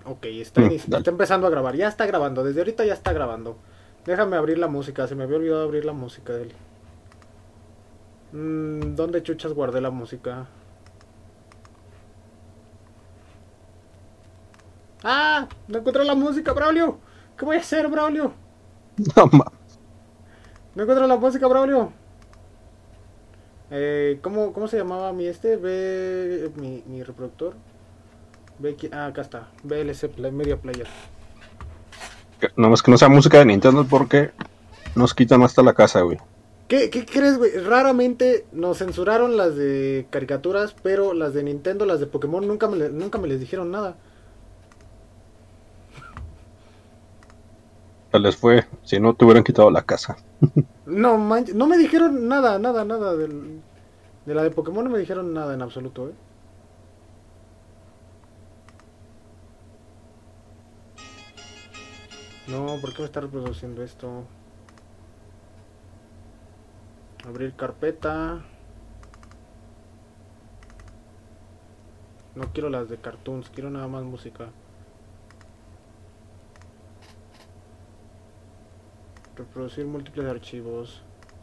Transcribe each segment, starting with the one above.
Ok, está Dale. empezando a grabar. Ya está grabando. Desde ahorita ya está grabando. Déjame abrir la música. Se me había olvidado abrir la música. ¿Dónde chuchas guardé la música? ¡Ah! No encuentro la música, Braulio. ¿Qué voy a hacer, Braulio? No, No encuentro la música, Braulio. ¿Cómo se llamaba mi reproductor? Acá está. VLC Media Player. no más que no sea música de Nintendo porque nos quitan hasta la casa, güey. ¿Qué crees, güey? Raramente nos censuraron las de caricaturas, pero las de Nintendo, las de Pokémon, nunca me les dijeron nada. Se les fue, si no te hubieran quitado la casa. No, no me dijeron nada de la de Pokémon, no me dijeron nada en absoluto, ¿eh? No, ¿por qué me está reproduciendo esto? Abrir carpeta. No quiero las de cartoons, quiero nada más música. Reproducir múltiples archivos.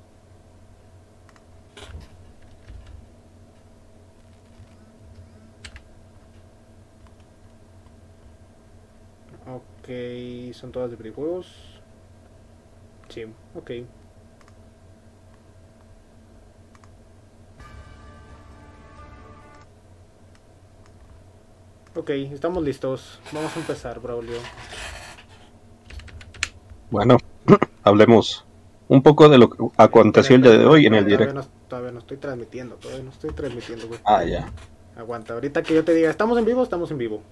Ok, son todas de videojuegos. Sí, ok. Ok, estamos listos. Vamos a empezar, Braulio. Bueno, hablemos un poco de lo que aconteció el día de hoy en el directo. Todavía no estoy transmitiendo, güey. Ah, ya. Aguanta, ahorita que yo te diga, ¿estamos en vivo? Estamos en vivo.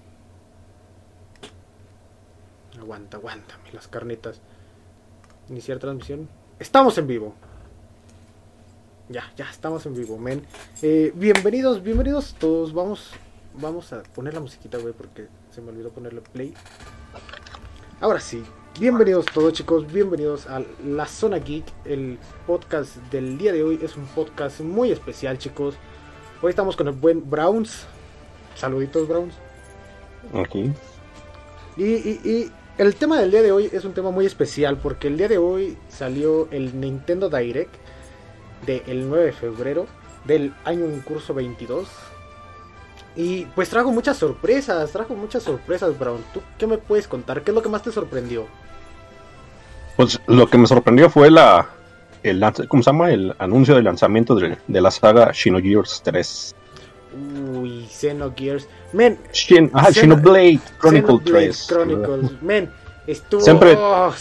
Aguántame las carnitas. Iniciar transmisión. Estamos en vivo. Ya estamos en vivo, men. Bienvenidos todos. Vamos a poner la musiquita, güey, porque se me olvidó ponerle play. Ahora sí, bienvenidos todos, chicos. Bienvenidos a La Zona Geek. El podcast del día de hoy es un podcast muy especial, chicos. Hoy estamos con el buen Browns. Saluditos, Browns. Aquí. Y el tema del día de hoy es un tema muy especial porque el día de hoy salió el Nintendo Direct del 9 de febrero del año en curso 22. Y pues trajo muchas sorpresas, Brown. ¿Tú qué me puedes contar? ¿Qué es lo que más te sorprendió? Pues lo que me sorprendió fue ¿cómo se llama? El anuncio del lanzamiento de la saga Xenogears 3. Uy, Xenogears. Men, Xenoblade Chronicles 3. Chronicles. Men, estuvo... Siempre...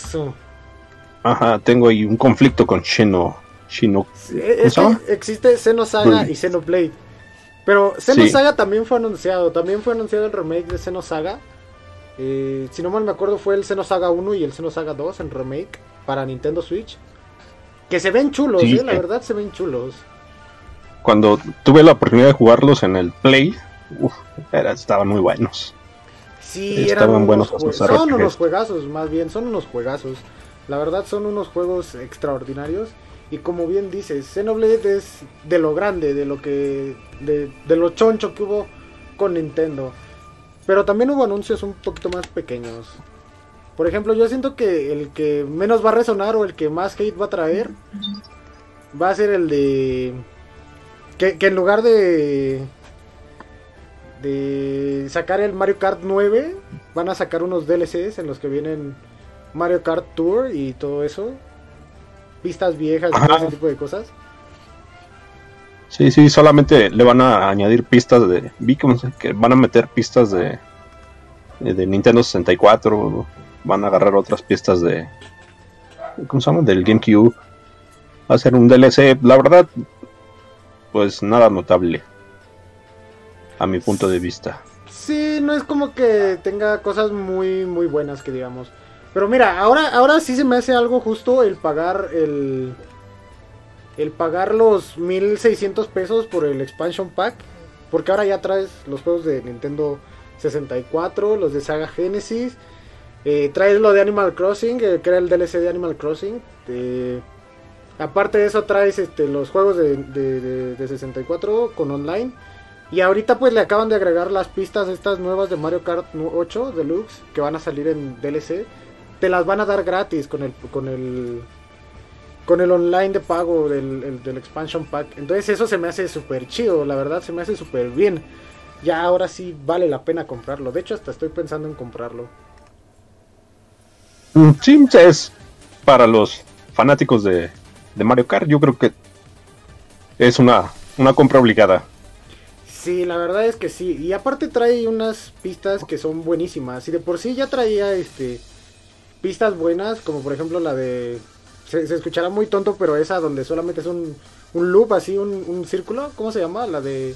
Ajá, tengo ahí un conflicto con es que existe Xenosaga y Xenoblade. Pero Xenosaga también fue anunciado. También fue anunciado el remake de Xenosaga. Si no mal me acuerdo, fue el Xenosaga 1 y el Xenosaga 2 en remake para Nintendo Switch. Que se ven chulos, la verdad se ven chulos. Cuando tuve la oportunidad de jugarlos en el Play, estaban muy buenos. Sí, estaban buenos. Son unos juegazos, más bien, son unos juegazos. La verdad son unos juegos extraordinarios. Y como bien dices, Xenoblade es de lo grande, de lo choncho que hubo con Nintendo. Pero también hubo anuncios un poquito más pequeños. Por ejemplo, yo siento que el que menos va a resonar o el que más hate va a traer va a ser el de... Que en lugar de sacar el Mario Kart 9, van a sacar unos DLCs en los que vienen Mario Kart Tour y todo eso. Pistas viejas y todo ese tipo de cosas. Sí, solamente le van a añadir pistas que van a meter pistas de Nintendo 64, van a agarrar otras pistas ¿cómo se llama? Del GameCube. Va a ser un DLC, la verdad, pues nada notable a mi punto de vista. Sí, no es como que tenga cosas muy muy buenas que digamos. Pero mira, ahora sí se me hace algo justo el pagar los 1,600 pesos por el expansion pack, porque ahora ya traes los juegos de Nintendo 64, los de Saga Genesis, traes lo de Animal Crossing, que era el DLC de Animal Crossing, aparte de eso traes los juegos de 64 con online, Y ahorita pues le acaban de agregar las pistas estas nuevas de Mario Kart 8 Deluxe que van a salir en DLC. Te las van a dar gratis con el online de pago del expansion pack. Entonces eso se me hace súper chido, la verdad se me hace súper bien. Ya ahora sí vale la pena comprarlo. De hecho hasta estoy pensando en comprarlo. Sí, es para los fanáticos de Mario Kart. Yo creo que es una compra obligada. Sí, la verdad es que sí. Y aparte trae unas pistas que son buenísimas. Y de por sí ya traía pistas buenas, como por ejemplo la de... Se escuchará muy tonto, pero esa donde solamente es un loop, así, un círculo. ¿Cómo se llama? La de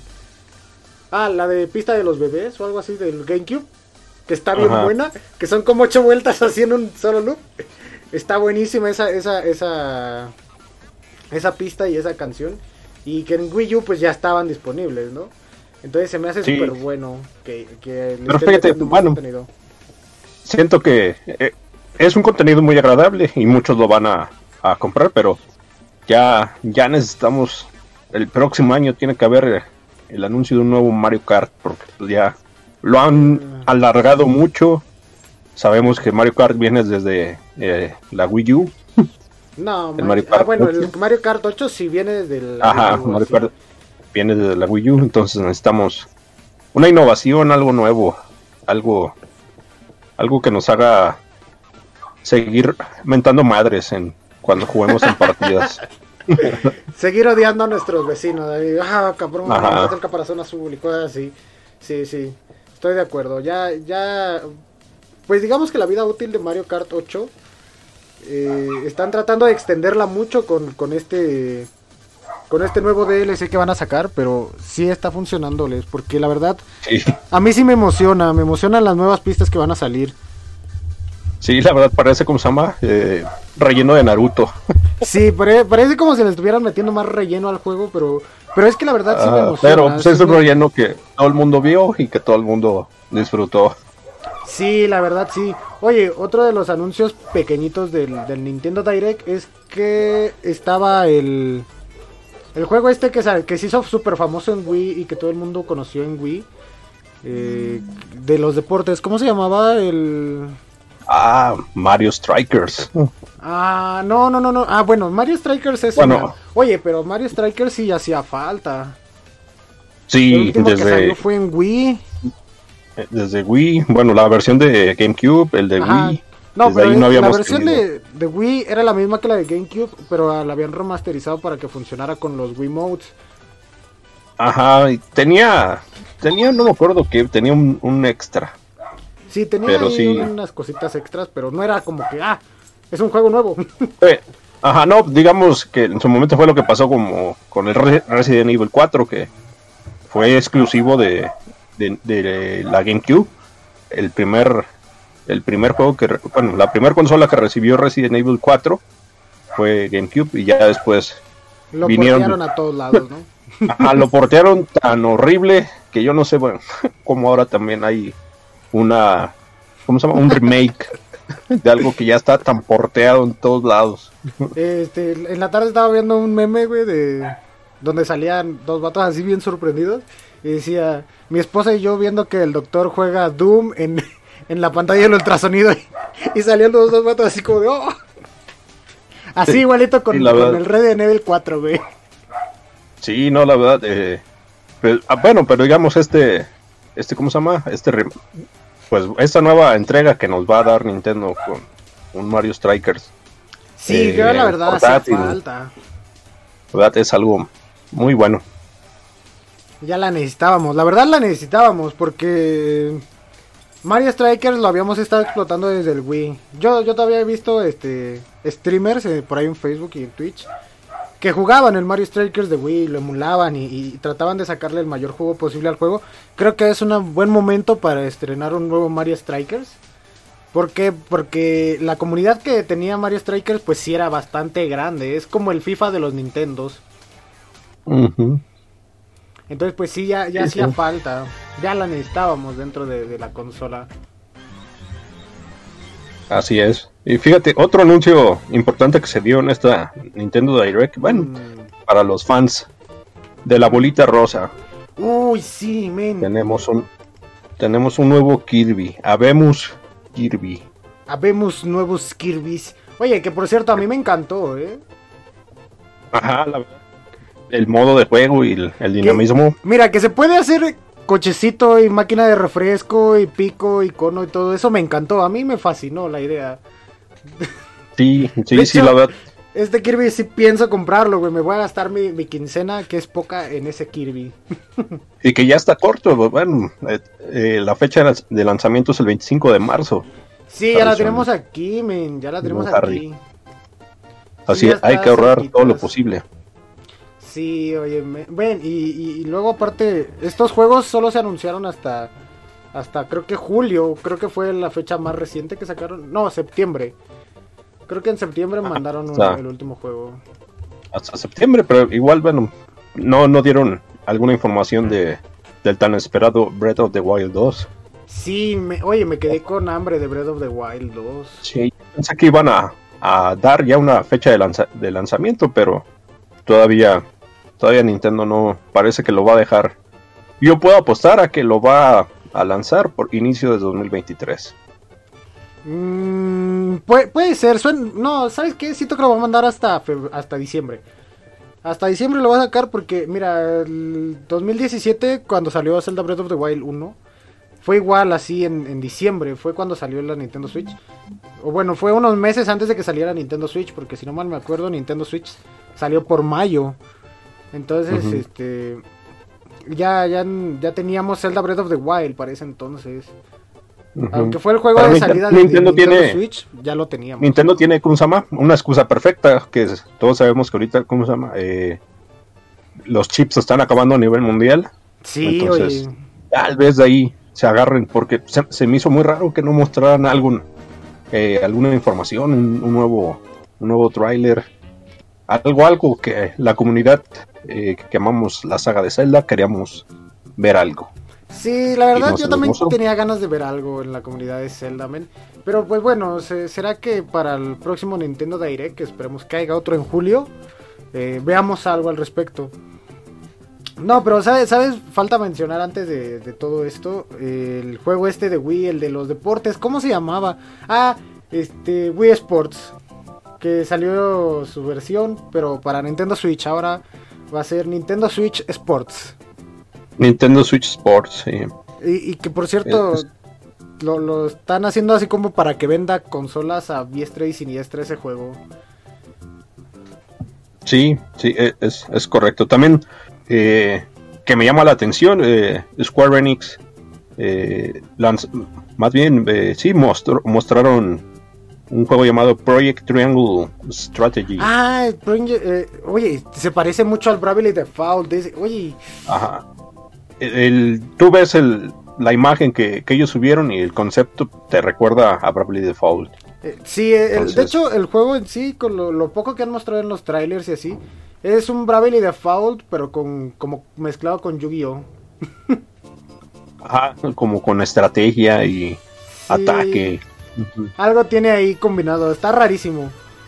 pista de los bebés o algo así del GameCube. Que está bien buena. Que son como 8 vueltas así en un solo loop. Está buenísima esa pista y esa canción. Y que en Wii U pues ya estaban disponibles, ¿no? Entonces se me hace súper bueno que pero fíjate, bueno, contenido. Siento que es un contenido muy agradable y muchos lo van a comprar, pero ya necesitamos, el próximo año tiene que haber el anuncio de un nuevo Mario Kart, porque pues ya lo han alargado mucho. Sabemos que Mario Kart viene desde la Wii U. No, el Mario Kart el Mario Kart 8 sí viene desde la Wii U, Mario Kart viene desde la Wii U, entonces necesitamos una innovación, algo nuevo, algo que nos haga seguir mentando madres cuando juguemos en partidas. Seguir odiando a nuestros vecinos, cabrón, el caparazón azul y cosas así. Sí, estoy de acuerdo. Ya, pues digamos que la vida útil de Mario Kart 8 están tratando de extenderla mucho con este nuevo DLC que van a sacar, pero sí está funcionándoles, porque la verdad, sí. A mí sí me emocionan las nuevas pistas que van a salir. Sí, la verdad parece, como se llama, relleno de Naruto. Sí, parece como si le estuvieran metiendo más relleno al juego, pero es que la verdad sí me emociona. Pero pues es un relleno que todo el mundo vio y que todo el mundo disfrutó. Sí, la verdad sí. Oye, otro de los anuncios pequeñitos del Nintendo Direct es que estaba el juego que se hizo súper famoso en Wii y que todo el mundo conoció en Wii, de los deportes. ¿Cómo se llamaba? Mario Strikers. No. Bueno, Mario Strikers es Oye, pero Mario Strikers sí hacía falta. Sí, el último que salió fue en Wii. Desde Wii, bueno, la versión de GameCube, el de Wii. No, pero la versión de Wii era la misma que la de GameCube, pero la habían remasterizado para que funcionara con los Wiimotes. Y tenía, no me acuerdo que tenía un extra. Sí, tenía unas cositas extras, pero no era como que, es un juego nuevo. No, digamos que en su momento fue lo que pasó como con el Resident Evil 4, que fue exclusivo de la GameCube. El primer juego la primera consola que recibió Resident Evil 4 fue GameCube, y ya después lo portearon a todos lados, ¿no? Lo portearon tan horrible que yo no sé, como ahora también hay un remake de algo que ya está tan porteado en todos lados. En la tarde estaba viendo un meme, güey, de donde salían dos vatos así bien sorprendidos y decía, mi esposa y yo viendo que el doctor juega Doom en la pantalla del ultrasonido y salían los dos vatos así como de así igualito con el Resident Evil 4, güey. Sí, no, la verdad, pero digamos ¿cómo se llama? Pues esta nueva entrega que nos va a dar Nintendo con un Mario Strikers. Sí, yo la verdad hace falta. La verdad es algo muy bueno. Ya la necesitábamos, la verdad la necesitábamos, porque Mario Strikers lo habíamos estado explotando desde el Wii. Yo todavía he visto streamers por ahí en Facebook y en Twitch que jugaban el Mario Strikers de Wii, lo emulaban y trataban de sacarle el mayor juego posible al juego. Creo que es un buen momento para estrenar un nuevo Mario Strikers. ¿Por qué? Porque la comunidad que tenía Mario Strikers pues sí era bastante grande. Es como el FIFA de los Nintendos. Uh-huh. Entonces pues sí, ya hacía falta. Ya la necesitábamos dentro de la consola. Así es. Y fíjate, otro anuncio importante que se dio en esta Nintendo Direct, para los fans de la bolita rosa. Uy, sí, men. Tenemos un nuevo Kirby. Habemos Kirby. Habemos nuevos Kirby's. Oye, que por cierto, a mí me encantó, Ajá, la verdad. El modo de juego y el dinamismo. Mira, que se puede hacer cochecito y máquina de refresco y pico y cono y todo eso me encantó. A mí me fascinó la idea. Sí, hecho, la verdad. Este Kirby sí pienso comprarlo, güey. Me voy a gastar mi quincena, que es poca, en ese Kirby. Y que ya está corto. Bueno, la fecha de lanzamiento es el 25 de marzo. Sí, ya la tenemos aquí, men. Ya la tenemos aquí. Así sí, hay que ahorrar cerquitas. Todo lo posible. Sí, oye, ven, y luego aparte, estos juegos solo se anunciaron hasta creo que julio, creo que fue la fecha más reciente que sacaron, no, septiembre. Creo que en septiembre mandaron el último juego. Hasta septiembre, pero igual, bueno, no dieron alguna información del tan esperado Breath of the Wild 2. Sí, oye, me quedé con hambre de Breath of the Wild 2. Sí, pensé que iban a dar ya una fecha de lanzamiento, pero todavía Nintendo no parece que lo va a dejar. Yo puedo apostar a que lo va a lanzar por inicio de 2023. Puede ser. No, ¿sabes qué? Siento que lo va a mandar hasta diciembre. Hasta diciembre lo va a sacar porque, mira, el 2017 cuando salió Zelda Breath of the Wild 1 fue igual así en diciembre. Fue cuando salió la Nintendo Switch. O bueno, fue unos meses antes de que saliera Nintendo Switch, porque si no mal me acuerdo, Nintendo Switch salió por mayo. Entonces, ya teníamos Zelda Breath of the Wild para ese entonces. Aunque fue el juego de salida de Nintendo Switch, ya lo teníamos. Nintendo tiene, ¿cómo se llama? Una excusa perfecta, que todos sabemos que ahorita, ¿cómo se llama? Los chips están acabando a nivel mundial. Sí, entonces, oye. Tal vez de ahí se agarren, porque se me hizo muy raro que no mostraran alguna información, un nuevo tráiler, algo que la comunidad que amamos la saga de Zelda queríamos ver algo. Sí, la verdad yo también tenía ganas de ver algo en la comunidad de Zelda, man. Pero pues bueno, será que para el próximo Nintendo Direct, que esperemos que haya otro en julio, veamos algo al respecto. No, pero ¿sabes? Falta mencionar antes de todo esto, el juego de Wii, el de los deportes, ¿cómo se llamaba? Wii Sports, que salió su versión, pero para Nintendo Switch, ahora va a ser Nintendo Switch Sports. Nintendo Switch Sports, sí. Y que por cierto, lo están haciendo así como para que venda consolas a diestra y siniestra ese juego. Sí, es correcto. También que me llama la atención, Square Enix, mostraron un juego llamado Project Triangle Strategy. Oye, se parece mucho al Bravely Default. Oye. Ajá. Tú ves la imagen que ellos subieron y el concepto te recuerda a Bravely Default. Sí, de hecho el juego en sí, con lo poco que han mostrado en los trailers y así, es un Bravely Default, pero como mezclado con Yu-Gi-Oh. Ajá, como con estrategia y ataque. Algo tiene ahí combinado, está rarísimo.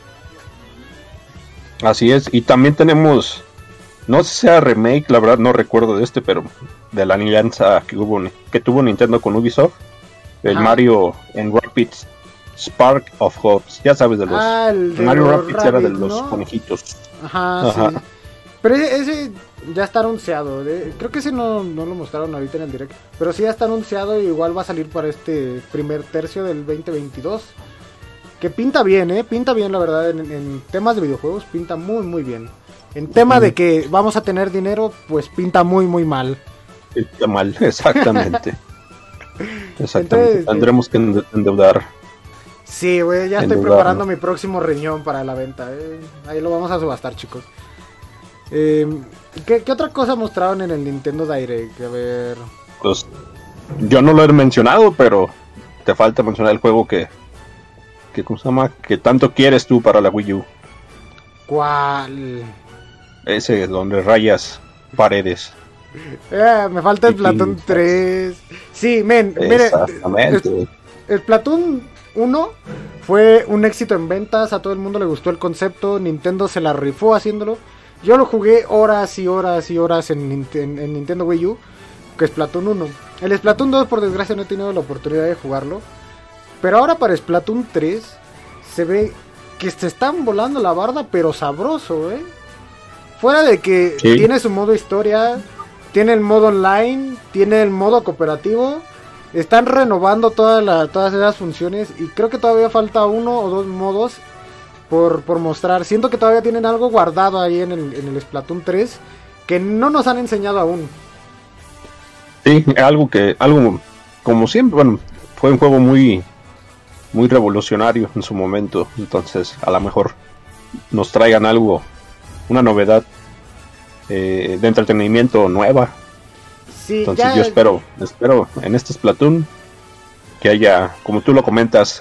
Así es, y también tenemos, no sé si sea remake, la verdad no recuerdo de pero de la alianza que tuvo Nintendo con Ubisoft, el Mario en Rabbids Spark of Hopes, ya sabes de los Mario Rabbids era de los conejitos. Ajá. Sí. Pero ese ya está anunciado, creo que ese no lo mostraron ahorita en el direct, pero sí ya está anunciado y igual va a salir para este primer tercio del 2022. Que pinta bien, la verdad, en temas de videojuegos pinta muy muy bien. En tema de que vamos a tener dinero, pues pinta muy muy mal. Pinta mal, exactamente. Entonces, tendremos que endeudar. Sí, güey, ya estoy preparando mi próximo riñón para la venta. Ahí lo vamos a subastar, chicos. ¿Qué otra cosa mostraron en el Nintendo Direct? A ver. Pues yo no lo he mencionado, pero te falta mencionar el juego que ¿cómo se llama? Que tanto quieres tú para la Wii U. ¿Cuál? Ese donde rayas paredes. Me falta el Splatoon 3. Sí, mire, el Splatoon 1 fue un éxito en ventas, a todo el mundo le gustó el concepto, Nintendo se la rifó haciéndolo. Yo lo jugué horas y horas y horas en Nintendo Wii U, que es Splatoon 1. El Splatoon 2 por desgracia no he tenido la oportunidad de jugarlo. Pero ahora para Splatoon 3 se ve que se están volando la barda, pero sabroso, ¿eh? Fuera de que sí, tiene su modo historia, tiene el modo online, tiene el modo cooperativo. Están renovando todas esas funciones y creo que todavía falta 1 o 2 modos por mostrar. Siento que todavía tienen algo guardado ahí en el Splatoon 3 que no nos han enseñado aún. sí, algo como siempre, bueno, fue un juego muy revolucionario en su momento, entonces a lo mejor nos traigan algo, una novedad de entretenimiento nueva. Sí, entonces ya... yo espero en este Splatoon que haya, como tú lo comentas,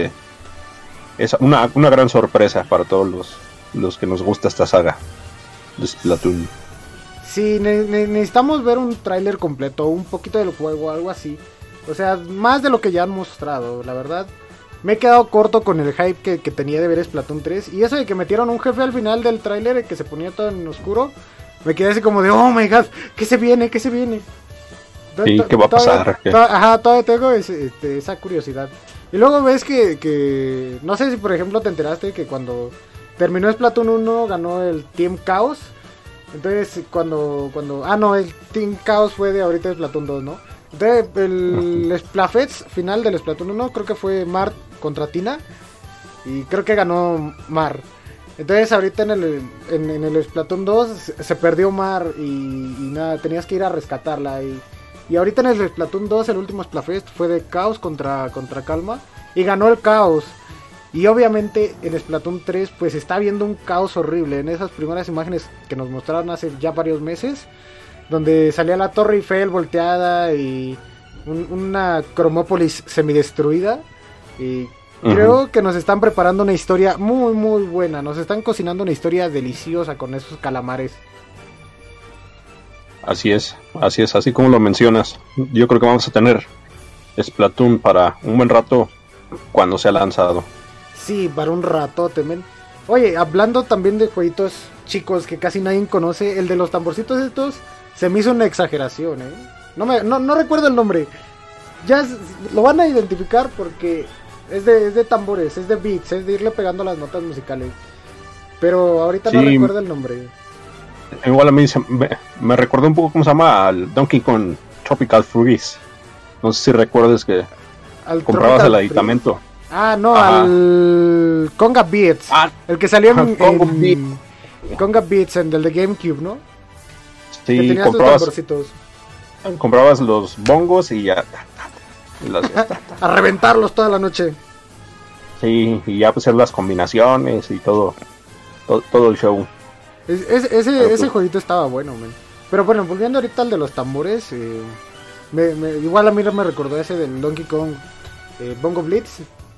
una gran sorpresa para todos los que nos gusta esta saga de Splatoon. Sí, necesitamos ver un tráiler completo, un poquito del juego, algo así. O sea, más de lo que ya han mostrado, la verdad. Me he quedado corto con el hype que tenía de ver Splatoon 3. Y eso de que metieron un jefe al final del tráiler que se ponía todo en oscuro, me quedé así como de, oh my god, ¿qué se viene? ¿Qué se viene? Sí, ¿qué va a pasar? Todavía tengo esa curiosidad. Y luego ves que no sé si por ejemplo te enteraste que cuando terminó Splatoon 1 ganó el Team Chaos. Entonces el Team Chaos fue de ahorita Splatoon 2, ¿no? Entonces el Splafest final del Splatoon 1 creo que fue Mar contra Tina. Y creo que ganó Mar. Entonces ahorita en el Splatoon 2 se perdió Mar y nada, tenías que ir a rescatarla. Y ahorita en el Splatoon 2 el último Splafest fue de Chaos contra Calma y ganó el Chaos. Y obviamente en Splatoon 3 pues está viendo un caos horrible. En esas primeras imágenes que nos mostraron hace ya varios meses, donde salía la Torre Eiffel volteada y una Cromópolis semidestruida. Y creo que nos están preparando una historia muy muy buena. Nos están cocinando una historia deliciosa con esos calamares. Así es, así como lo mencionas. Yo creo que vamos a tener Splatoon para un buen rato cuando sea lanzado. Sí, para un ratote, men. Oye, hablando también de jueguitos chicos que casi nadie conoce, el de los tamborcitos estos se me hizo una exageración, ¿eh? No recuerdo el nombre. Ya lo van a identificar porque es de tambores, es de beats, es de irle pegando las notas musicales. Pero ahorita sí, no recuerdo el nombre. Igual a mí me recordó un poco cómo se llama al Donkey Kong Tropical Freeze. No sé si recuerdas que comprabas el aditamento. Ah, no, ajá, al Conga Beats. El que salió en Conga Beats, en el de GameCube, ¿no? Sí, que tenías comprabas los bongos y ya. A reventarlos toda la noche. Sí, y ya pues hacer las combinaciones y todo el show. Ese jueguito estaba bueno, man. Pero bueno, volviendo ahorita al de los tambores, igual a mí me recordó ese del Donkey Kong Bongo Blitz.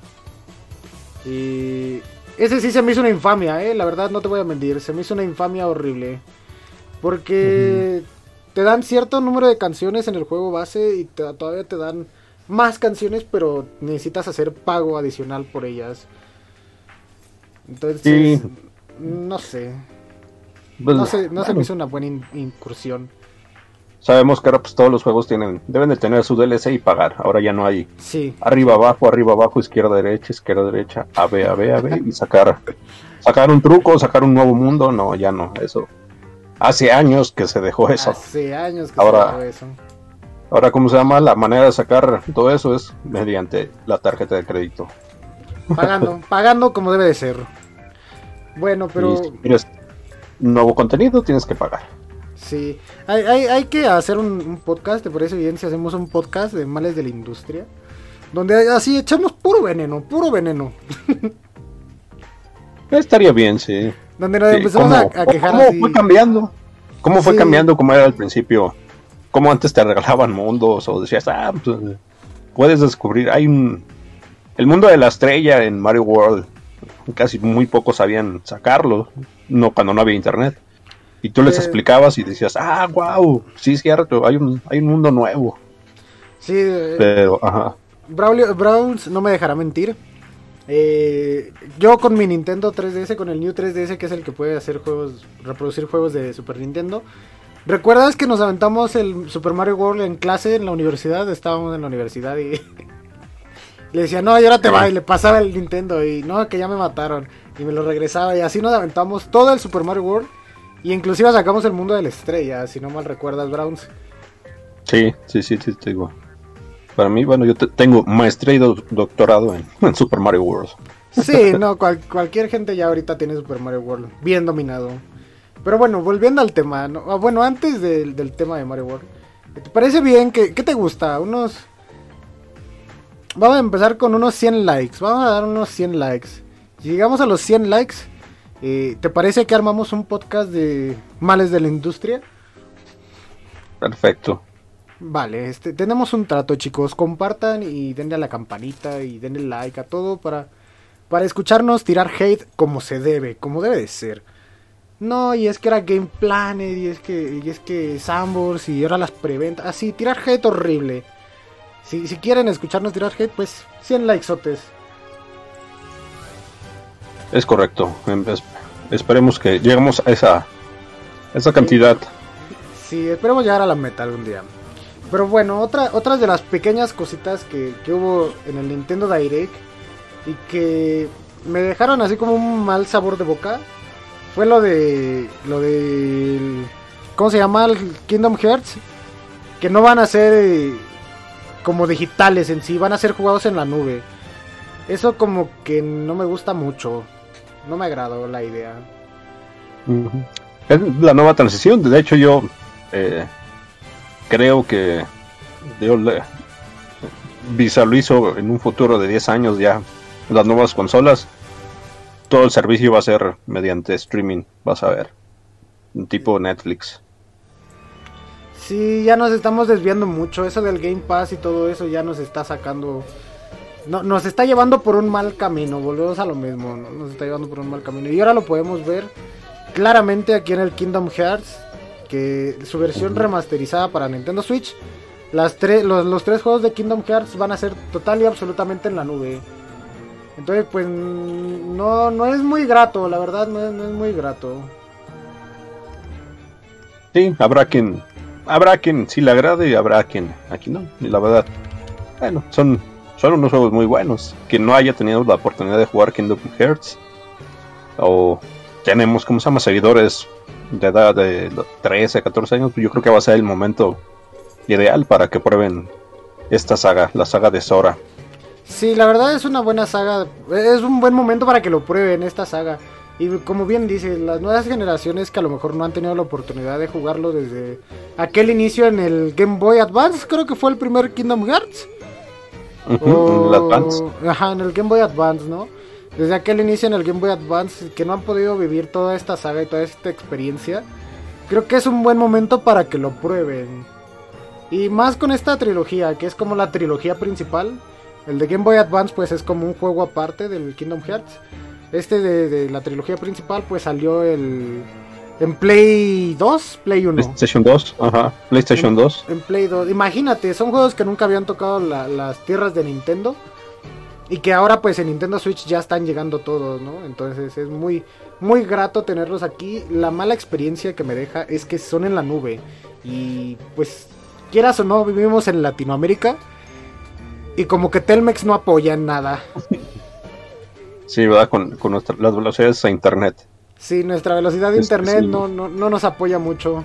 Y ese sí se me hizo una infamia, la verdad no te voy a mentir, se me hizo una infamia horrible. Porque te dan cierto número de canciones en el juego base y todavía te dan más canciones, pero necesitas hacer pago adicional por ellas. Entonces, sí, no sé. Pues, no se me hizo una buena incursión. Sabemos que ahora pues todos los juegos deben de tener su DLC y pagar. Ahora ya no hay arriba, abajo, izquierda, derecha, A, B y sacar un truco, sacar un nuevo mundo. No, ya no, eso. Hace años que se dejó eso. Se dejó eso. Ahora, ¿cómo se llama? La manera de sacar todo eso es mediante la tarjeta de crédito. Pagando como debe de ser. Bueno, pero... Y si quieres nuevo contenido, tienes que pagar. Sí, hay que hacer un podcast, ¿te parece bien si hacemos un podcast de males de la industria? Donde así echamos puro veneno. Estaría bien, sí. Donde nos empezamos a quejar ¿Cómo así. fue cambiando? ¿Cómo fue cambiando? ¿Cómo era al principio? ¿Cómo antes te regalaban mundos? O decías, pues, puedes descubrir, el mundo de la estrella en Mario World. Casi muy pocos sabían sacarlo, cuando no había internet. Y tú les explicabas y decías, wow, sí es cierto, hay un mundo nuevo. Sí, pero, ajá. Browns no me dejará mentir. Yo con mi Nintendo 3DS, con el New 3DS, que es el que puede hacer juegos, reproducir juegos de Super Nintendo. ¿Recuerdas que nos aventamos el Super Mario World en clase en la universidad? Estábamos en la universidad y le decía, no, y ahora te va, y le pasaba el Nintendo y no, que ya me mataron, y me lo regresaba, y así nos aventamos todo el Super Mario World, y inclusive sacamos el mundo de la estrella, si no mal recuerdas, Browns. Sí, te digo. Para mí, bueno, yo tengo maestría y doctorado en Super Mario World. Sí, no, cualquier gente ya ahorita tiene Super Mario World bien dominado. Pero bueno, volviendo al tema, ¿no? Bueno, antes del tema de Mario World, ¿te parece bien? ¿Qué te gusta? Vamos a empezar con unos 100 likes. Vamos a dar unos 100 likes. Si llegamos a los 100 likes, ¿te parece que armamos un podcast de males de la industria? Perfecto. Vale, tenemos un trato, chicos. Compartan y denle a la campanita y denle like a todo para escucharnos tirar hate como se debe, como debe de ser. No, y es que era Game Planet, y es que Sambors, y ahora las preventas. Así, tirar hate horrible. Si quieren escucharnos tirar hate, pues 100 likesotes. Es correcto. Esperemos que lleguemos a esa cantidad. Sí, esperemos llegar a la meta algún día. Pero bueno, otras de las pequeñas cositas que hubo en el Nintendo Direct y que me dejaron así como un mal sabor de boca fue lo de ¿cómo se llama? El Kingdom Hearts, que no van a ser como digitales en sí, van a ser jugados en la nube. Eso como que no me gusta mucho, no me agradó la idea. Es la nueva transición. De hecho, yo creo que yo visualizo en un futuro de 10 años ya las nuevas consolas. Todo el servicio va a ser mediante streaming, vas a ver, un tipo Netflix. Sí, ya nos estamos desviando mucho. Eso del Game Pass y todo eso ya nos está sacando. No, nos está llevando por un mal camino. Volvemos a lo mismo, ¿no? Nos está llevando por un mal camino. Y ahora lo podemos ver claramente aquí en el Kingdom Hearts, que su versión remasterizada para Nintendo Switch. Los tres juegos de Kingdom Hearts van a ser total y absolutamente en la nube. Entonces, pues no es muy grato, la verdad, no es muy grato. Sí, habrá quien sí le agrade y habrá quien aquí no. Y la verdad, bueno, son unos juegos muy buenos. Quien no haya tenido la oportunidad de jugar Kingdom Hearts, o tenemos, ¿cómo se llama?, seguidores de edad de 13, 14 años, yo creo que va a ser el momento ideal para que prueben esta saga, la saga de Sora. Sí, la verdad es una buena saga, es un buen momento para que lo prueben esta saga. Y como bien dices, las nuevas generaciones que a lo mejor no han tenido la oportunidad de jugarlo desde aquel inicio en el Game Boy Advance, creo que fue el primer Kingdom Hearts. El Advance. Ajá, en el Game Boy Advance, ¿no? Desde aquel inicio en el Game Boy Advance, que no han podido vivir toda esta saga y toda esta experiencia, creo que es un buen momento para que lo prueben. Y más con esta trilogía, que es como la trilogía principal. El de Game Boy Advance pues es como un juego aparte del Kingdom Hearts. Este de la trilogía principal pues salió en Play 2, Play 1. PlayStation 2, ajá, PlayStation 2. En Play 2, imagínate, son juegos que nunca habían tocado las tierras de Nintendo. Y que ahora pues en Nintendo Switch ya están llegando todos, ¿no? Entonces es muy, muy grato tenerlos aquí. La mala experiencia que me deja es que son en la nube. Y pues, quieras o no, vivimos en Latinoamérica. Y como que Telmex no apoya en nada. Sí, ¿verdad? Con las velocidades a internet. Sí, nuestra velocidad de internet sí. no nos apoya mucho.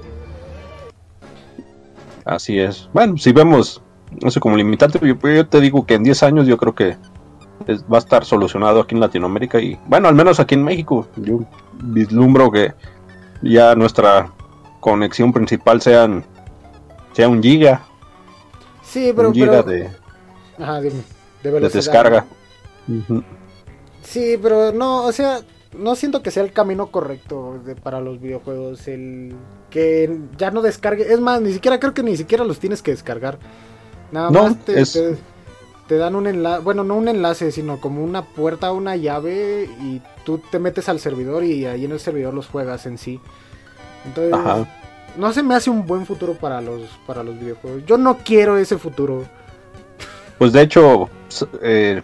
Así es. Bueno, si vemos, no sé, como limitante, yo te digo que en 10 años yo creo que va a estar solucionado aquí en Latinoamérica. Y bueno, al menos aquí en México, yo vislumbro que ya nuestra conexión principal sea un giga. Sí, pero... Un giga de... Ajá, dime. De velocidad. De descarga. Uh-huh. Sí, pero no, o sea, no siento que sea el camino correcto para los videojuegos. El que ya no descargue. Es más, creo que ni siquiera los tienes que descargar. Nada más te dan un enlace. Bueno, no un enlace, sino como una puerta, una llave. Y tú te metes al servidor y ahí en el servidor los juegas en sí. Entonces, ajá, no se me hace un buen futuro para los videojuegos. Yo no quiero ese futuro. Pues de hecho,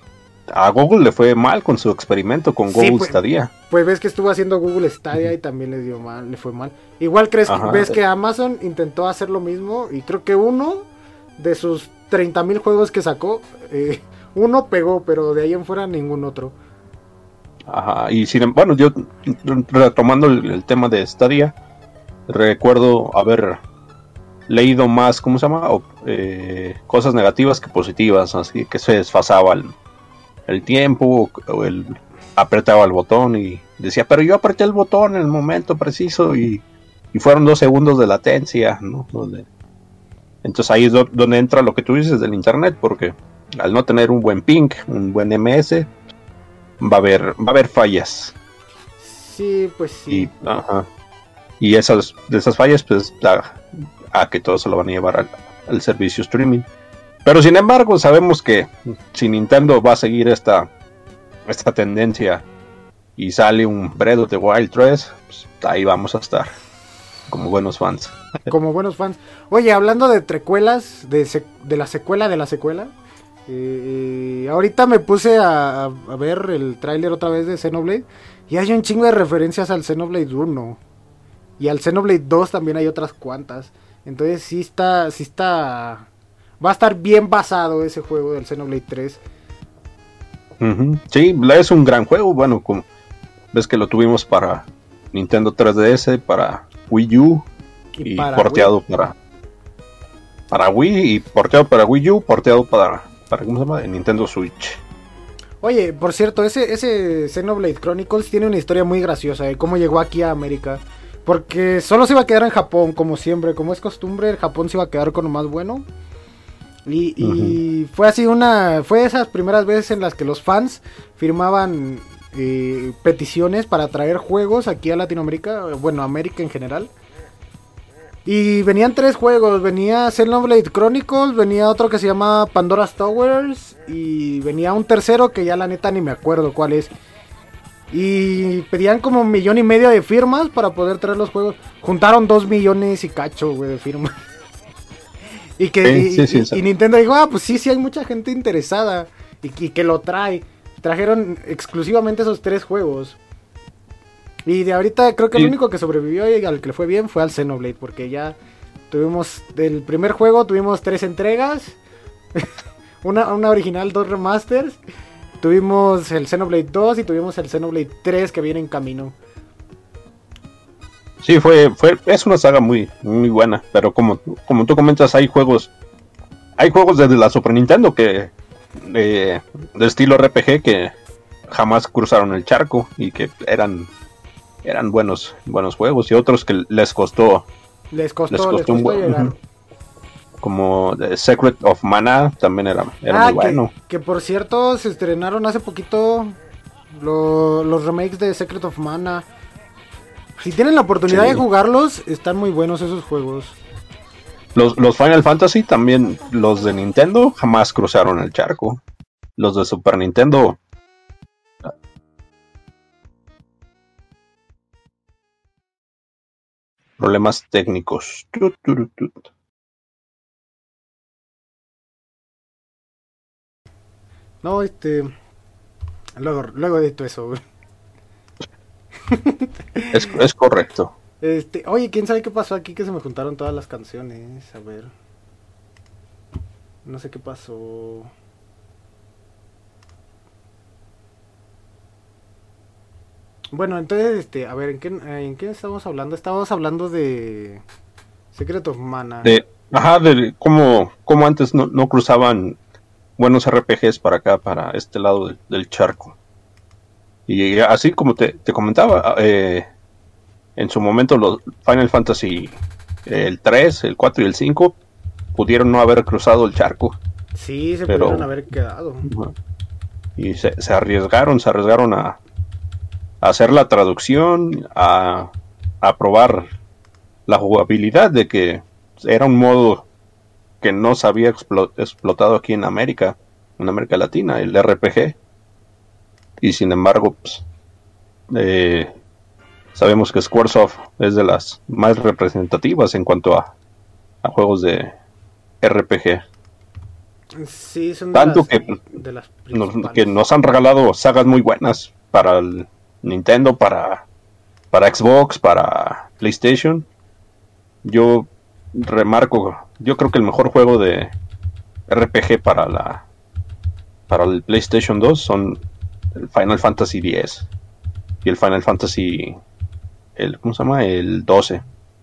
a Google le fue mal con su experimento con Google Stadia. Pues ves que estuvo haciendo Google Stadia y también le fue mal. Igual ves que Amazon intentó hacer lo mismo y creo que uno de sus 30,000 juegos que sacó, uno pegó, pero de ahí en fuera ningún otro. Ajá, y bueno, yo retomando el tema de Stadia, recuerdo haber leído más, ¿cómo se llama? Cosas negativas que positivas, así que se desfasaba el tiempo, apretaba el botón y decía, pero yo apreté el botón en el momento preciso y fueron 2 segundos de latencia, ¿no? Entonces ahí es donde entra lo que tú dices del internet, porque al no tener un buen ping, un buen MS, va a haber fallas. Sí, pues sí. Y de esas fallas, pues a que todo se lo van a llevar al servicio streaming. Pero sin embargo, sabemos que si Nintendo va a seguir esta tendencia y sale un Breath of the Wild 3, pues ahí vamos a estar como buenos fans. Como buenos fans. Oye, hablando de precuelas, de la secuela de la secuela, ahorita me puse a ver el tráiler otra vez de Xenoblade y hay un chingo de referencias al Xenoblade 1 y al Xenoblade 2 también hay otras cuantas. Entonces sí está va a estar bien basado ese juego del Xenoblade 3. Sí, es un gran juego. Bueno, como ves que lo tuvimos para Nintendo 3DS, para Wii U y porteado Wii. para Wii y porteado para Wii U, porteado para ¿cómo se llama? Nintendo Switch. Oye, por cierto, ese Xenoblade Chronicles tiene una historia muy graciosa de cómo llegó aquí a América. Porque solo se iba a quedar en Japón, como siempre, como es costumbre, el Japón se iba a quedar con lo más bueno. Y fue así fue esas primeras veces en las que los fans firmaban peticiones para traer juegos aquí a Latinoamérica, bueno, América en general. Y venían 3 juegos, venía Xenoblade Chronicles, venía otro que se llama Pandora's Towers y venía un tercero que ya la neta ni me acuerdo cuál es. Y pedían como 1,5 millones de firmas para poder traer los juegos. Juntaron 2 millones y cacho, güey, de firmas. Y Nintendo dijo, pues sí hay mucha gente interesada y que lo trae. Trajeron exclusivamente esos 3 juegos. Y de ahorita creo que el único que sobrevivió y al que le fue bien fue al Xenoblade, porque ya tuvimos del primer juego, tuvimos 3 entregas, una original, 2 remasters, tuvimos el Xenoblade 2 y tuvimos el Xenoblade 3 que viene en camino. Sí, es una saga muy, muy buena, pero como tú comentas, hay juegos desde la Super Nintendo que de estilo RPG que jamás cruzaron el charco y que eran buenos juegos, y otros que les costó un buen, como The Secret of Mana también era muy bueno. Que por cierto se estrenaron hace poquito los remakes de Secret of Mana. Si tienen la oportunidad de jugarlos, están muy buenos esos juegos. Los Final Fantasy también, los de Nintendo jamás cruzaron el charco. Los de Super Nintendo problemas técnicos. No, luego edito eso, güey. Es correcto. Oye, ¿quién sabe qué pasó aquí? Que se me juntaron todas las canciones. A ver. No sé qué pasó. Bueno, entonces, a ver, ¿en qué estamos hablando? Estábamos hablando de Secret of Mana. De cómo antes no cruzaban buenos RPGs para acá, para este lado del charco. Y así como te comentaba, en su momento los Final Fantasy, el 3, el 4 y el 5 pudieron no haber cruzado el charco. Sí, pudieron haber quedado. Y se arriesgaron a hacer la traducción, a probar la jugabilidad, de que era un modo que no se había explotado aquí en América Latina, el RPG. Y sin embargo, pues, sabemos que Squaresoft es de las más representativas en cuanto a juegos de RPG. Sí, son Tanto de las que nos han regalado sagas muy buenas para el Nintendo, para Xbox, para PlayStation. Yo yo creo que el mejor juego de RPG para el PlayStation 2 son el Final Fantasy X y el Final Fantasy ¿cómo se llama? El 12.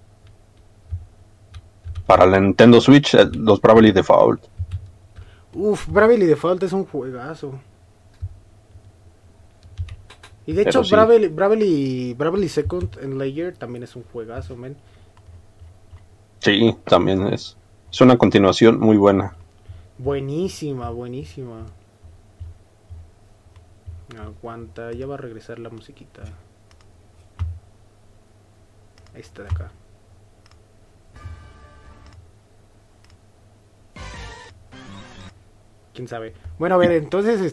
Para la Nintendo Switch, los Bravely Default. Uf, Bravely Default es un juegazo. Y de hecho, Sí. Bravely Second and Layer también es un juegazo, men. Sí, también es una continuación muy buena. Buenísima. Aguanta, ya va a regresar la musiquita. Esta de acá. Quién sabe. Bueno, a ver, entonces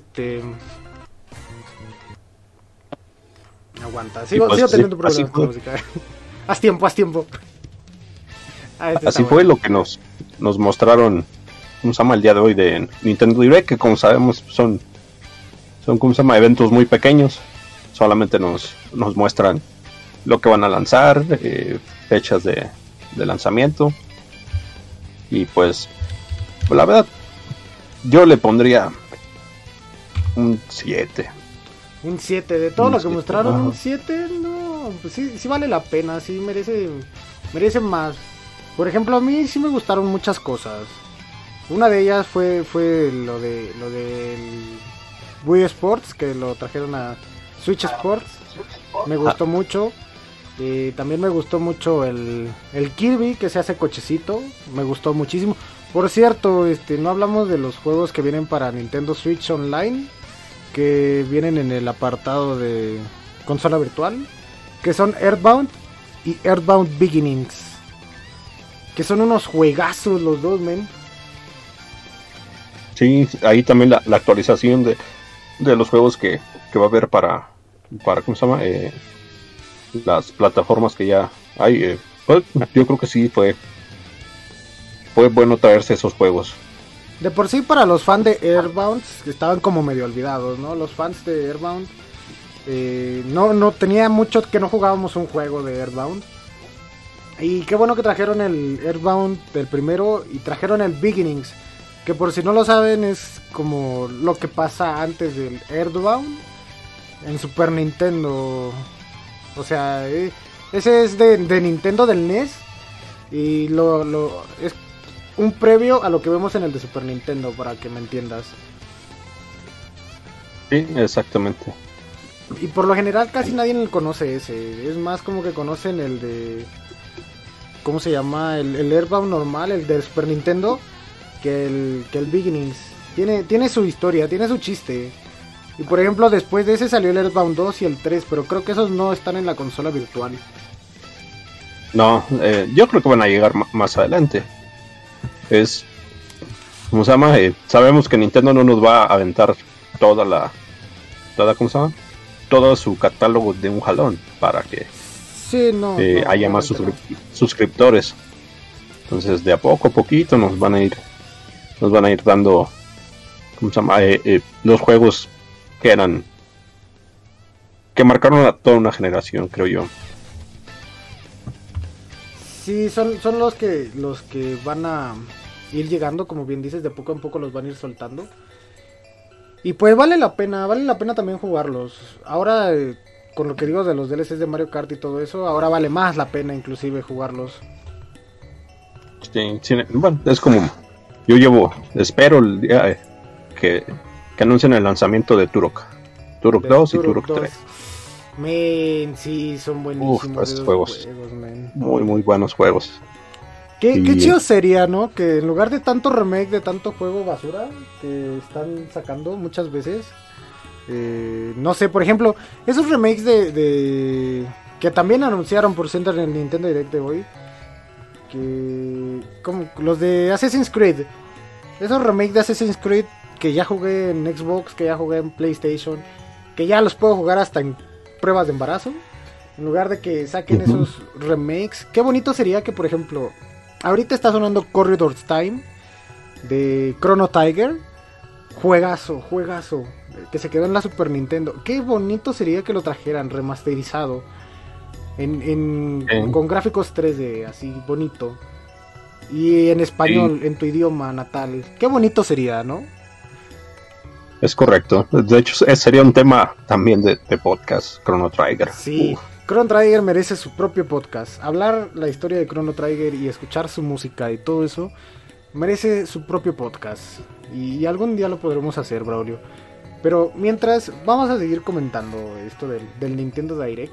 aguanta. Sigo teniendo problemas con la música. Haz tiempo. Así fue lo que nos mostraron, ¿cómo se llama? El día de hoy de Nintendo Direct, que como sabemos son ¿cómo se llama? Eventos muy pequeños. Solamente nos muestran lo que van a lanzar, fechas de lanzamiento. Y pues, la verdad, yo le pondría un 7. Un 7, de todo lo que 7, mostraron, ajá. un 7, no, pues sí vale la pena, sí merece más. Por ejemplo, a mí sí me gustaron muchas cosas. Una de ellas fue lo del Wii Sports, que lo trajeron a Switch Sports. Me gustó mucho. También me gustó mucho el Kirby, que se hace cochecito. Me gustó muchísimo. Por cierto, no hablamos de los juegos que vienen para Nintendo Switch Online, que vienen en el apartado de consola virtual, que son Earthbound y Earthbound Beginnings, que son unos juegazos los dos, men. Sí, ahí también la actualización de los juegos que va a haber para ¿cómo se llama? Las plataformas que ya hay. Pues, yo creo que sí fue bueno traerse esos juegos. De por sí, para los fans de Earthbound, que estaban como medio olvidados, ¿no? Los fans de Earthbound, no tenía mucho que no jugábamos un juego de Earthbound. Y qué bueno que trajeron el Earthbound del primero y trajeron el Beginnings, que por si no lo saben es como lo que pasa antes del Earthbound en Super Nintendo. O sea, ese es de Nintendo, del NES, y es un previo a lo que vemos en el de Super Nintendo, para que me entiendas. Sí, exactamente. Y por lo general casi nadie conoce ese. Es más como que conocen el de... ¿Cómo se llama? El Earthbound normal, el de Super Nintendo, que el Beginnings. Tiene su historia, tiene su chiste. Y por ejemplo, después de ese salió el Earthbound 2 y el 3, pero creo que esos no están en la consola virtual. No, yo creo que van a llegar más adelante. ¿Cómo se llama? Sabemos que Nintendo no nos va a aventar ¿cómo se llama? Todo su catálogo de un jalón para que Sí, no, haya más suscriptores. Entonces, de a poquito nos van a ir dando, ¿cómo se llama? Los juegos que marcaron a toda una generación, creo yo. Sí, son los que van a ir llegando, como bien dices, de poco en poco los van a ir soltando. Y pues vale la pena también jugarlos. Ahora, con lo que digo de los DLCs de Mario Kart y todo eso, ahora vale más la pena inclusive jugarlos. Sí, bueno, es como, espero el día que anuncien el lanzamiento de Turok 2 y Turok 3. Men, sí, son buenísimos esos juegos, man. Muy, muy buenos juegos. Qué chido sería, ¿no? Que en lugar de tanto remake, de tanto juego basura que están sacando muchas veces, no sé, por ejemplo, esos remakes que también anunciaron por cierto en el Nintendo Direct de hoy, que como los de Assassin's Creed, esos remakes de Assassin's Creed que ya jugué en Xbox, que ya jugué en PlayStation, que ya los puedo jugar hasta en pruebas de embarazo, en lugar de que saquen esos remakes. Qué bonito sería que, por ejemplo, ahorita está sonando Corridor's Time, de Chrono Trigger. Juegazo, que se quedó en la Super Nintendo. Qué bonito sería que lo trajeran remasterizado con gráficos 3D, así bonito. Y en español, en tu idioma natal. Qué bonito sería, ¿no? Es correcto. De hecho, sería un tema también de podcast, Chrono Trigger. Sí, Chrono Trigger merece su propio podcast. Hablar la historia de Chrono Trigger y escuchar su música y todo eso merece su propio podcast. Y algún día lo podremos hacer, Braulio. Pero mientras, vamos a seguir comentando esto del Nintendo Direct.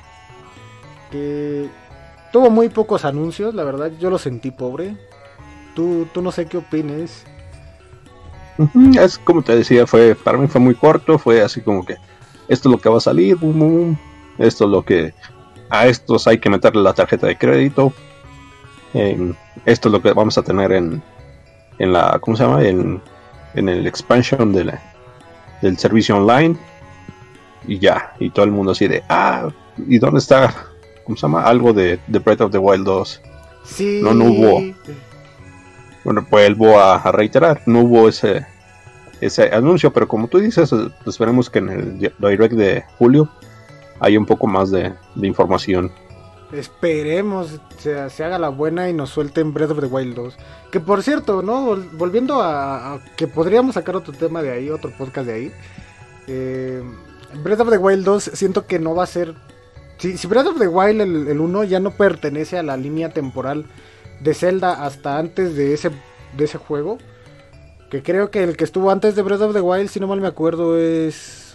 Que tuvo muy pocos anuncios, la verdad. Yo lo sentí pobre. Tú no sé qué opines. Es como te decía, para mí fue muy corto. Fue así como que esto es lo que va a salir. Esto es lo que... A estos hay que meterle la tarjeta de crédito. Esto es lo que vamos a tener en la, ¿cómo se llama? En el expansion del servicio online. Y ya, y todo el mundo así de, ¿y dónde está? ¿Cómo se llama? Algo de Breath of the Wild 2. Sí. No hubo. Bueno, vuelvo a reiterar, no hubo ese anuncio, pero como tú dices, esperemos que en el Direct de julio haya un poco más de información. Esperemos se haga la buena y nos suelten Breath of the Wild 2. Que por cierto, ¿no? Volviendo a que podríamos sacar otro tema de ahí, otro podcast de ahí. Breath of the Wild 2 siento que no va a ser... Si Breath of the Wild el 1 ya no pertenece a la línea temporal de Zelda hasta antes de ese juego. Que creo que el que estuvo antes de Breath of the Wild, si no mal me acuerdo, es...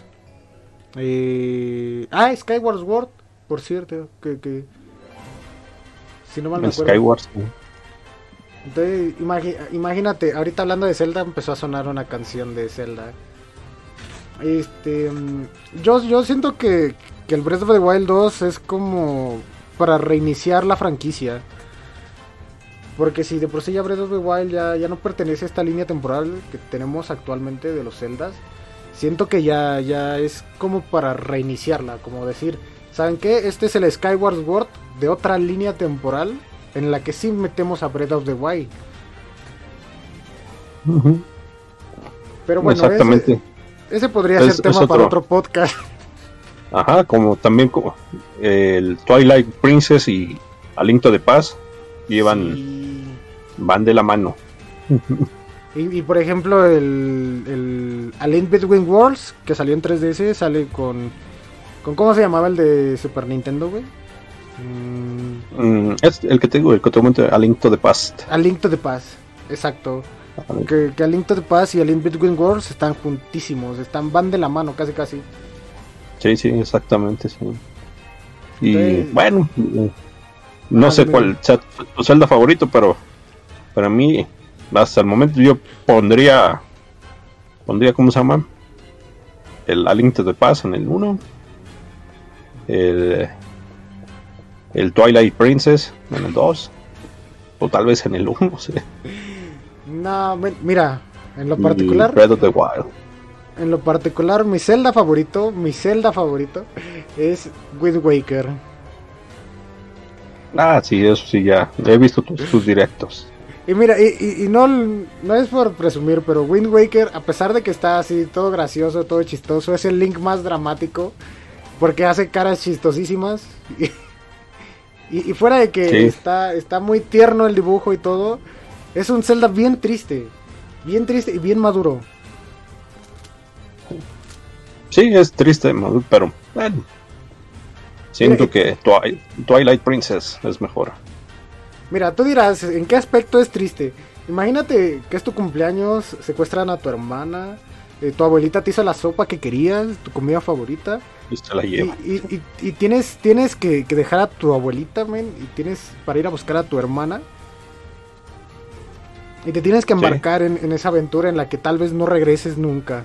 Skyward Sword, por cierto, que si no mal me acuerdo. Skyward. Entonces, imagínate, ahorita hablando de Zelda, empezó a sonar una canción de Zelda. Yo siento que el Breath of the Wild 2 es como para reiniciar la franquicia. Porque si de por sí ya Breath of the Wild ya no pertenece a esta línea temporal que tenemos actualmente de los Zeldas, siento que ya es como para reiniciarla, como decir, ¿saben qué? Este es el Skyward Sword de otra línea temporal en la que sí metemos a Breath of the Wild. Uh-huh. Pero bueno, exactamente. Ese podría ser tema para otro podcast. Ajá, como también como el Twilight Princess y A Link to the Past van de la mano. Y por ejemplo el A Link Between Worlds, que salió en 3DS, sale con ¿cómo se llamaba el de Super Nintendo, güey? Es el que tengo, el que te comento, A Link to the Past. A Link to the Past, exacto. Que A Link to the Past y A Link Between Worlds están juntísimos, van de la mano casi. Sí, exactamente, sí. Y bueno, no sé cuál sea tu Zelda favorito, pero para mí, hasta el momento yo pondría ¿cómo se llama? El A Link to the Past en el 1, el Twilight Princess en el 2, o tal vez en el 1, sí. No, mira, en lo particular, Breath of the Wild. En lo particular, mi Zelda favorito es Wind Waker. Sí, eso sí, ya he visto tus directos. Y mira, y no es por presumir, pero Wind Waker, a pesar de que está así todo gracioso, todo chistoso, es el Link más dramático, porque hace caras chistosísimas. Y fuera de que sí, está muy tierno el dibujo y todo, es un Zelda bien triste y bien maduro. Sí, es triste, pero bueno, siento que Twilight Princess es mejor. Mira, tú dirás, ¿en qué aspecto es triste? Imagínate que es tu cumpleaños, secuestran a tu hermana, tu abuelita te hizo la sopa que querías, tu comida favorita, y se la lleva. Y tienes que dejar a tu abuelita, men, y tienes para ir a buscar a tu hermana. Y te tienes que embarcar en esa aventura en la que tal vez no regreses nunca.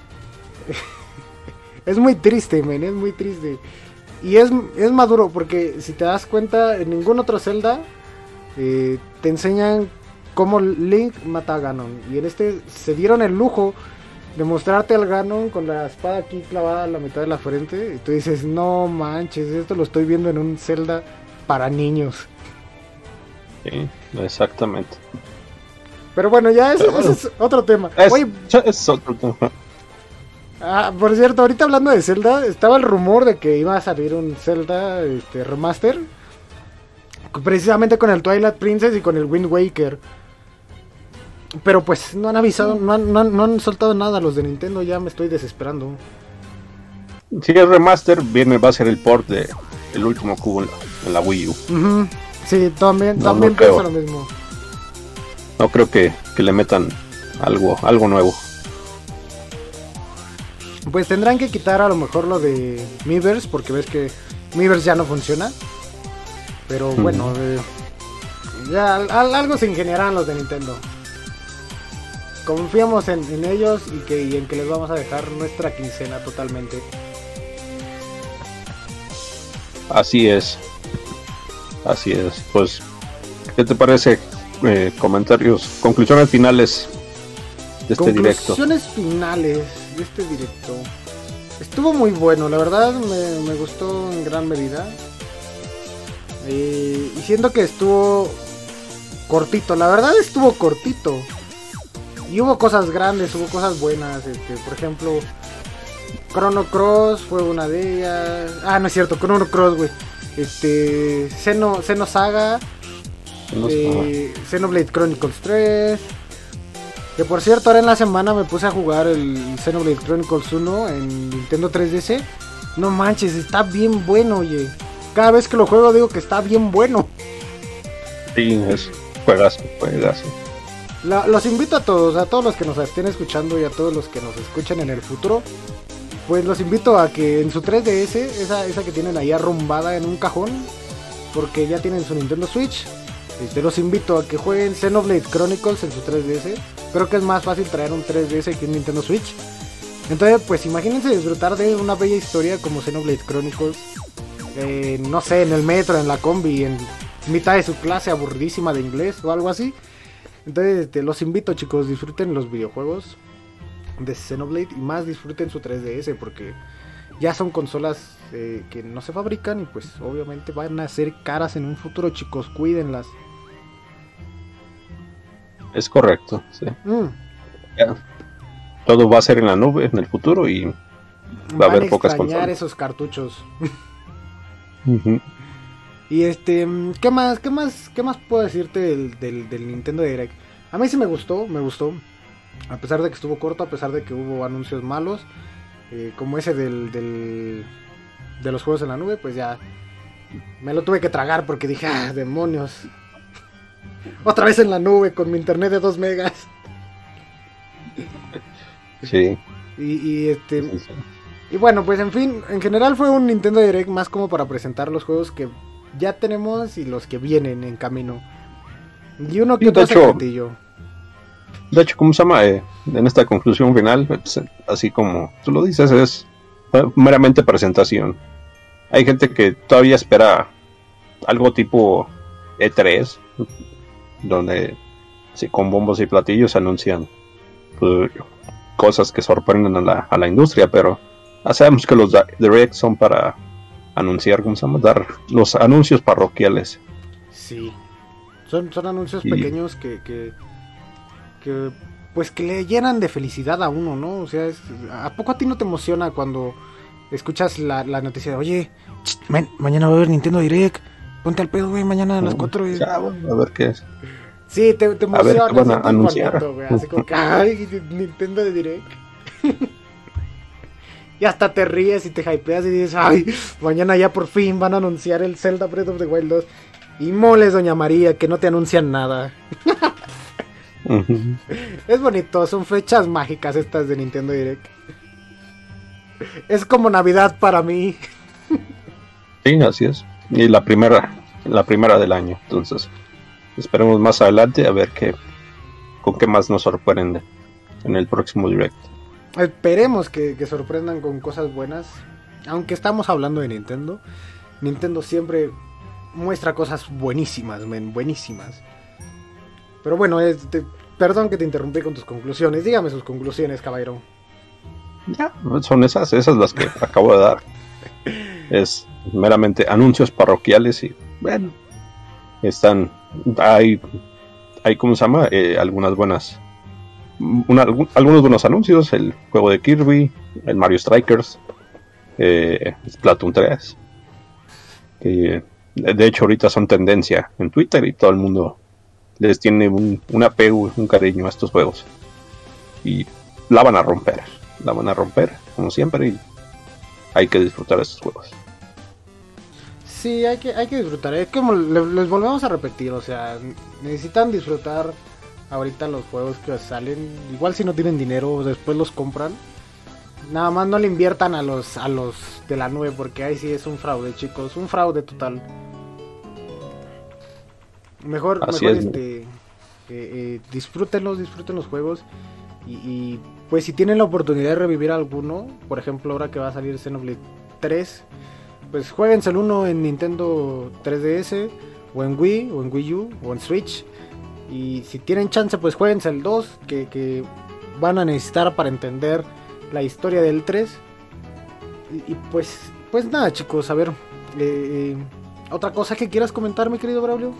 Es muy triste, men, es muy triste. Y es maduro, porque si te das cuenta, en ningún otro Zelda te enseñan cómo Link mata a Ganon. Y en este se dieron el lujo de mostrarte al Ganon con la espada aquí clavada a la mitad de la frente. Y tú dices, no manches, esto lo estoy viendo en un Zelda para niños. Sí, exactamente. Pero bueno, ya eso es otro tema. Oye, es otro tema. Por cierto, ahorita hablando de Zelda, estaba el rumor de que iba a salir un Zelda remaster, precisamente con el Twilight Princess y con el Wind Waker. Pero pues no han avisado, no han soltado nada los de Nintendo, ya me estoy desesperando. Si el remaster va a ser el port de el último cubo en la Wii U. Uh-huh. Sí, también pienso creo. lo mismo. No creo que le metan algo nuevo. Pues tendrán que quitar a lo mejor lo de Miiverse, porque ves que Miiverse ya no funciona. Pero bueno, ya algo se ingeniarán los de Nintendo. Confiamos en ellos y en que les vamos a dejar nuestra quincena totalmente. Así es. Pues, ¿qué te parece? Conclusiones finales de este directo. Conclusiones finales de este directo. Estuvo muy bueno, la verdad me gustó en gran medida. Y siento que estuvo cortito, la verdad estuvo cortito. Y hubo cosas grandes, hubo cosas buenas, por ejemplo, Chrono Cross fue una de ellas. No es cierto, Chrono Cross, güey. Xenosaga, Xenoblade Chronicles 3. Que por cierto, ahora en la semana me puse a jugar el Xenoblade Chronicles 1 en Nintendo 3DS. No manches, está bien bueno, oye. Cada vez que lo juego digo que está bien bueno. Sí, es juegazo. Los invito a todos los que nos estén escuchando y a todos los que nos escuchen en el futuro. Pues los invito a que en su 3DS, esa que tienen ahí arrumbada en un cajón, porque ya tienen su Nintendo Switch, los invito a que jueguen Xenoblade Chronicles en su 3DS. Creo que es más fácil traer un 3DS que un Nintendo Switch. Entonces, pues imagínense disfrutar de una bella historia como Xenoblade Chronicles, no sé, en el metro, en la combi, en mitad de su clase aburridísima de inglés o algo así. Entonces, los invito, chicos, disfruten los videojuegos de Xenoblade y más disfruten su 3DS, porque ya son consolas que no se fabrican y pues obviamente van a ser caras en un futuro, chicos, cuídenlas. Es correcto, sí. Ya. Todo va a ser en la nube en el futuro y va a haber pocas consolas. Esos cartuchos. Uh-huh. Y ¿qué más puedo decirte del Nintendo Direct? A mí sí me gustó. A pesar de que estuvo corto, a pesar de que hubo anuncios malos, como ese de los juegos en la nube, pues ya me lo tuve que tragar porque dije, demonios. Otra vez en la nube con mi internet de 2 megas. Sí. Y bueno, pues en fin, en general fue un Nintendo Direct más como para presentar los juegos que ya tenemos y los que vienen en camino. Y uno que otro secretillo. De hecho, ¿cómo se llama? En esta conclusión final, pues, así como tú lo dices, es meramente presentación. Hay gente que todavía espera algo tipo E3, donde con bombos y platillos anuncian pues, cosas que sorprenden a la industria, pero sabemos que los Direct son para anunciar, ¿cómo se llama? Dar los anuncios parroquiales. Sí, son anuncios pequeños que pues que le llenan de felicidad a uno, ¿no? O sea, ¿a poco a ti no te emociona cuando escuchas la noticia de, oye, mañana va a haber Nintendo Direct, ponte al pedo, güey, mañana a las 4? Ya, a ver qué es. Sí, te emociona. A ver qué van a anunciar. Bonito, así como que, ay, Nintendo Direct. Y hasta te ríes y te hypeas y dices, ay, mañana ya por fin van a anunciar el Zelda Breath of the Wild 2. Y moles, Doña María, que no te anuncian nada. Uh-huh. Es bonito, son fechas mágicas estas de Nintendo Direct. Es como Navidad para mí. Sí, así es. Y la primera del año. Entonces, esperemos más adelante a ver con qué más nos sorprende en el próximo Direct. Esperemos que sorprendan con cosas buenas. Aunque estamos hablando de Nintendo, Nintendo siempre muestra cosas buenísimas, buenísimas. Pero bueno, perdón que te interrumpí con tus conclusiones. Dígame sus conclusiones, caballero. Ya, son esas las que acabo de dar. Es meramente anuncios parroquiales y bueno, hay hay, ¿cómo se llama? Algunas buenas, algunos buenos anuncios, el juego de Kirby, el Mario Strikers, Splatoon 3, que de hecho ahorita son tendencia en Twitter y todo el mundo les tiene un apego, un cariño a estos juegos, y la van a romper como siempre, y hay que disfrutar de estos juegos. Sí, hay que disfrutar. Es como les volvemos a repetir, o sea, necesitan disfrutar ahorita los juegos que salen. Igual si no tienen dinero, después los compran. Nada más no le inviertan a los de la nube, porque ahí sí es un fraude, chicos, un fraude total. Mejor disfruten los juegos y pues si tienen la oportunidad de revivir alguno, por ejemplo ahora que va a salir Xenoblade 3, pues jueguense el 1 en Nintendo 3DS o en Wii o en Wii U o en Switch, y si tienen chance pues jueguense el 2 que van a necesitar para entender la historia del 3 y pues nada, chicos, a ver, otra cosa que quieras comentar, mi querido Braulio.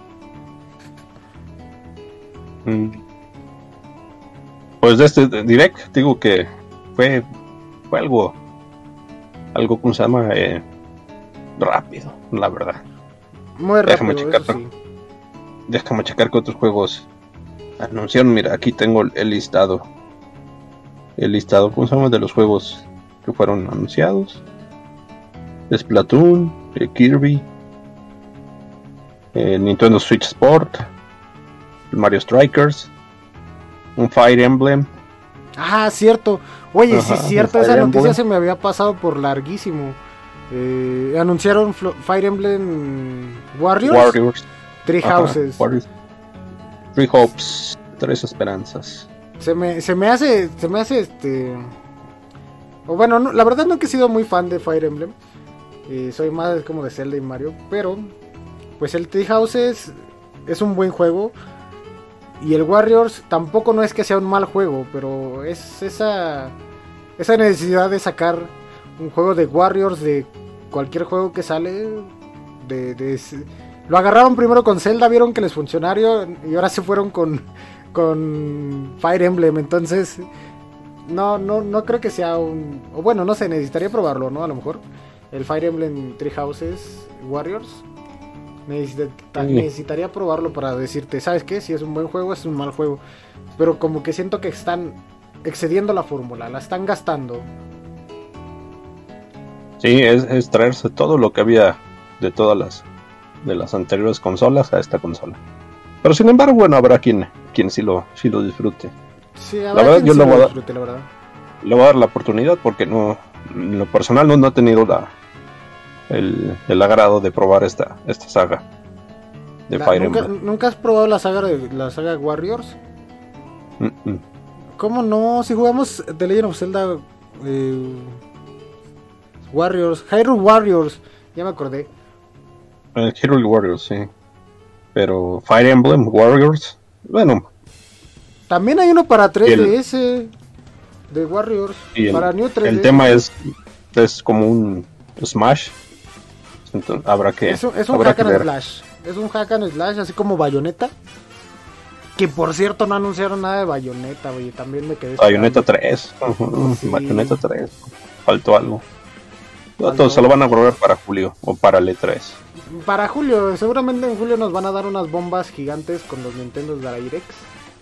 Pues de este Direct digo que fue algo ¿cómo se llama? Rápido, la verdad. Muy rápido, déjame checar qué otros juegos anunciaron. Mira, aquí tengo el listado, ¿cómo se llama? De los juegos que fueron anunciados: Splatoon, Kirby, Nintendo Switch Sport, Mario Strikers, un Fire Emblem. Ah, cierto. Oye, sí es cierto, esa noticia se me había pasado por larguísimo. Anunciaron Fire Emblem Warriors. Three Houses. Three Hopes, Tres Esperanzas. Se me hace o bueno, no, la verdad no he sido muy fan de Fire Emblem. Soy más como de Zelda y Mario, pero pues el Three Houses es un buen juego. Y el Warriors tampoco no es que sea un mal juego, pero es esa necesidad de sacar un juego de Warriors de cualquier juego que sale. Lo agarraron primero con Zelda, vieron que les funcionaron y ahora se fueron con Fire Emblem. Entonces no creo que sea un... O bueno, no sé, necesitaría probarlo, ¿no? A lo mejor el Fire Emblem Three Houses Warriors. Necesitaría probarlo para decirte, ¿sabes qué? Si es un buen juego, es un mal juego. Pero como que siento que están excediendo la fórmula, la están gastando. Sí, es traerse todo lo que había de todas las anteriores consolas a esta consola. Pero sin embargo, bueno, habrá quien sí lo disfrute. Sí, la verdad yo le voy a dar la oportunidad, porque no, en lo personal no he tenido el agrado de probar esta saga de Fire Emblem. ¿Nunca has probado la saga Warriors? ¿Cómo no? Si jugamos The Legend of Zelda Warriors, Hyrule Warriors, ya me acordé. Hyrule Warriors, sí. Pero Fire Emblem Warriors, bueno. También hay uno para 3DS de Warriors, para New 3DS. El tema es como un Smash. Entonces, habrá que... Es un hack and slash. Es un hack and slash, así como Bayonetta. Que por cierto no anunciaron nada de Bayonetta, oye, también me quedé... Bayonetta 3. Sí. Bayonetta 3. Faltó algo. Todos se lo van a probar para julio o para el E3. Para julio, seguramente en julio nos van a dar unas bombas gigantes con los Nintendo Directs.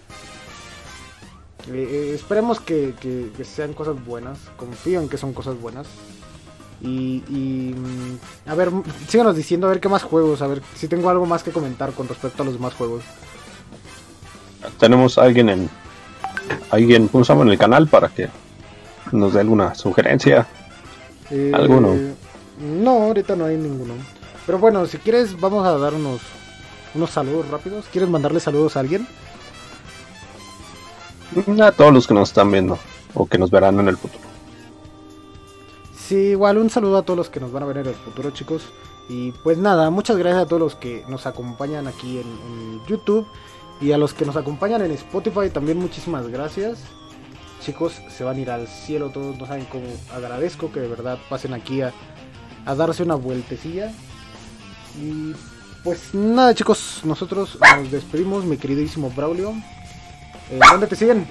Esperemos que sean cosas buenas. Confío en que son cosas buenas. Y a ver, síganos diciendo a ver qué más juegos, a ver si tengo algo más que comentar con respecto a los demás juegos. Tenemos a alguien ¿cómo en el canal para que nos dé alguna sugerencia? ¿Alguno? No, ahorita no hay ninguno. Pero bueno, si quieres vamos a dar unos saludos rápidos. ¿Quieres mandarle saludos a alguien? A todos los que nos están viendo o que nos verán en el futuro. Sí, igual un saludo a todos los que nos van a ver en el futuro, chicos. Y pues nada, muchas gracias a todos los que nos acompañan aquí en YouTube. Y a los que nos acompañan en Spotify también muchísimas gracias. Chicos, se van a ir al cielo todos, no saben cómo agradezco que de verdad pasen aquí a darse una vueltecilla. Y pues nada, chicos, nosotros nos despedimos, mi queridísimo Braulio. ¿Dónde te siguen?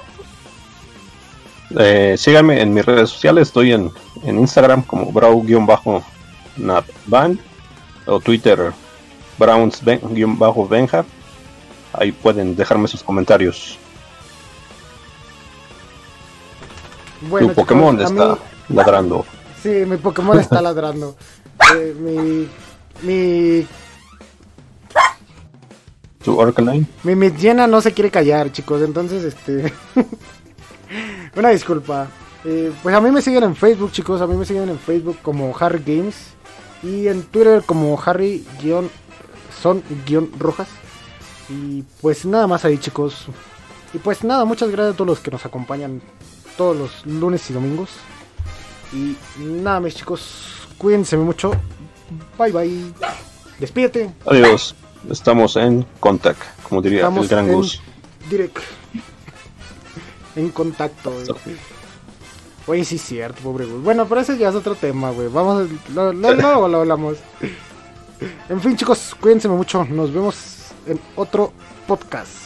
Síganme en mis redes sociales, estoy en Instagram como brau-navban o Twitter browns-benja. Ahí pueden dejarme sus comentarios. Bueno, Tu Pokémon chicos, está ladrando. Sí, mi Pokémon está ladrando. Mi Tu Arcanine. Mi Jenna no se quiere callar, chicos, entonces una disculpa. Pues a mí me siguen en Facebook, chicos, a mí me siguen en Facebook como Harry Games y en Twitter como Harry-son-rojas. Y pues nada más ahí, chicos. Y pues nada, muchas gracias a todos los que nos acompañan todos los lunes y domingos. Y nada, mis chicos, cuídense mucho. Bye bye. Despídete. Adiós. Estamos en contact, como diría Estamos el gran en Gus. direct. En contacto, güey. Oye, sí es cierto, pobre Gus. Bueno, pero ese ya es otro tema, güey. Vamos, luego lo hablamos. En fin, chicos, cuídense mucho. Nos vemos en otro podcast.